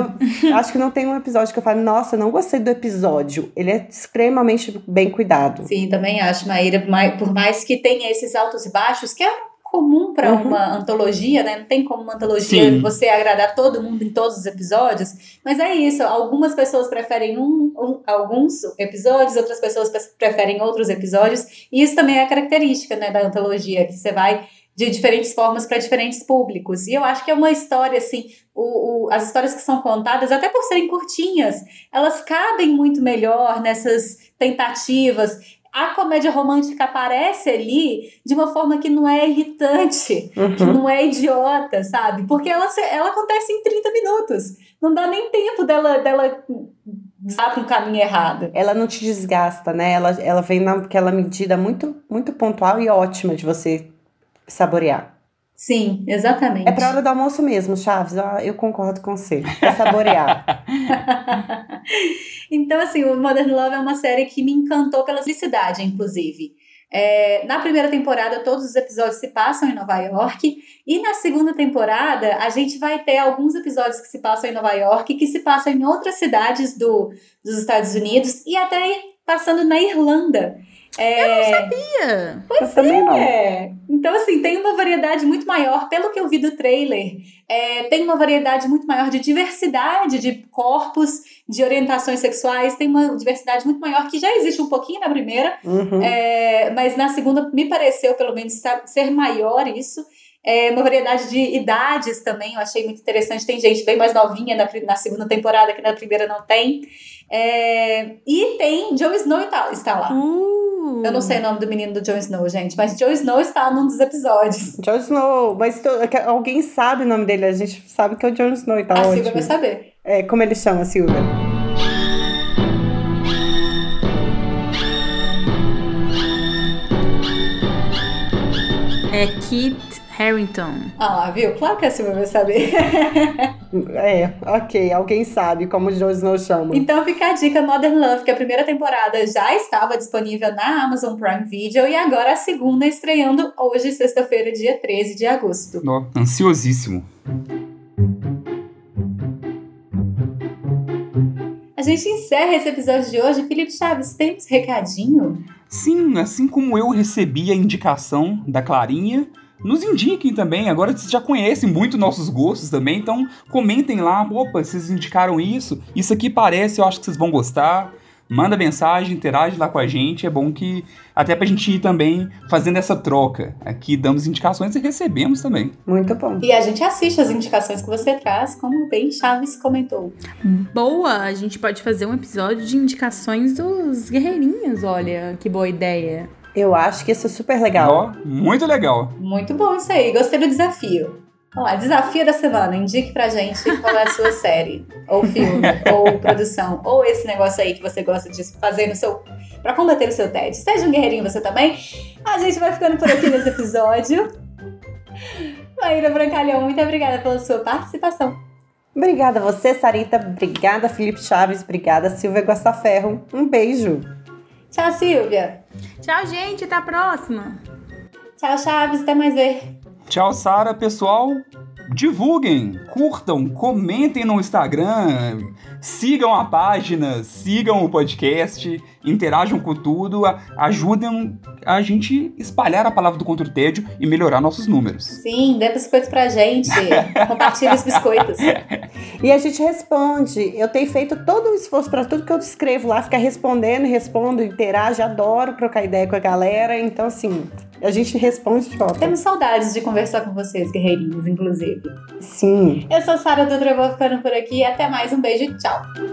eu acho que não tem um episódio que eu falo, nossa, não gostei do episódio. Ele é extremamente bem cuidado. Sim, também acho, Maíra, por mais que tenha esses altos e baixos, que é comum para Uhum. uma antologia, né? Não tem como uma antologia Sim. você agradar todo mundo em todos os episódios, mas é isso, algumas pessoas preferem um, um, alguns episódios, outras pessoas preferem outros episódios, e isso também é a característica, né, da antologia, que você vai de diferentes formas para diferentes públicos. E eu acho que é uma história, assim, o, o, as histórias que são contadas, até por serem curtinhas, elas cabem muito melhor nessas tentativas. A comédia romântica aparece ali de uma forma que não é irritante, Uhum. que não é idiota, sabe? Porque ela, ela acontece em trinta minutos. Não dá nem tempo dela, dela dar para um caminho errado. Ela não te desgasta, né? Ela, ela vem naquela medida muito, muito pontual e ótima de você saborear. Sim, exatamente. É pra hora do almoço mesmo, Chaves. Eu, eu concordo com você. É saborear. Então, assim, o Modern Love é uma série que me encantou pela simplicidade, inclusive. É, na primeira temporada, todos os episódios se passam em Nova York. E na segunda temporada, a gente vai ter alguns episódios que se passam em Nova York, que se passam em outras cidades do, dos Estados Unidos e até passando na Irlanda. É, Eu não sabia. Eu também não. É. Então, assim, tem uma variedade muito maior, pelo que eu vi do trailer, é, tem uma variedade muito maior de diversidade de corpos, de orientações sexuais, tem uma diversidade muito maior, que já existe um pouquinho na primeira, Uhum. é, mas na segunda me pareceu, pelo menos, ser maior isso. É, uma variedade de idades também, eu achei muito interessante. Tem gente bem mais novinha na, na segunda temporada, que na primeira não tem. É, e tem Jon Snow está, está lá. Uh. Eu não sei o nome do menino do Jon Snow, gente, mas Jon Snow está num dos episódios. Jon Snow, mas to, alguém sabe o nome dele, a gente sabe que é o Jon Snow e tá A ótimo. Silvia vai saber. É, como ele chama, Silvia? É Kit Harrington. Ah lá, viu? Claro que a Silvia vai saber. É, ok, alguém sabe como o Jon Snow chama. Então fica a dica Modern Love, que a primeira temporada já estava disponível na Amazon Prime Video e agora a segunda estreando hoje, sexta-feira, dia treze de agosto. Ó, ansiosíssimo. A gente encerra esse episódio de hoje. Felipe Chaves, tem esse recadinho? Sim, assim como eu recebi a indicação da Clarinha, nos indiquem também. Agora vocês já conhecem muito nossos gostos também, então comentem lá. Opa, vocês indicaram isso, isso aqui parece, eu acho que vocês vão gostar. Manda mensagem, interage lá com a gente. É bom que, até pra gente ir também fazendo essa troca. Aqui damos indicações e recebemos também. Muito bom. E a gente assiste as indicações que você traz, como bem Chaves comentou. Boa! A gente pode fazer um episódio de indicações dos guerreirinhos, olha, que boa ideia. Eu acho que isso é super legal. Ó, muito legal. Muito bom isso aí, gostei do desafio. Vamos lá, desafio da semana. Indique pra gente qual é a sua série, ou filme, ou produção, ou esse negócio aí que você gosta de fazer no seu... pra combater o seu tédio. Seja um guerreirinho você também. A gente vai ficando por aqui nesse episódio. Maíra Brancalhão, muito obrigada pela sua participação. Obrigada a você, Sarita. Obrigada, Felipe Chaves. Obrigada, Silvia Gostaferro. Um beijo. Tchau, Silvia. Tchau, gente. Até a próxima. Tchau, Chaves. Até mais ver. Tchau, Sara, pessoal. Divulguem, curtam, comentem no Instagram, sigam a página, sigam o podcast, interajam com tudo, ajudem a gente espalhar a palavra do Contra o Tédio e melhorar nossos números. Sim, dê biscoito pra gente, compartilhe os biscoitos. E a gente responde. Eu tenho feito todo o esforço para tudo que eu escrevo lá, ficar respondendo, respondo, interajo, adoro trocar ideia com a galera, então assim... A gente responde de volta. Temos saudades de conversar com vocês, guerreirinhos, inclusive. Sim. Eu sou Sara Dutra, vou ficando por aqui. Até mais, um beijo e tchau.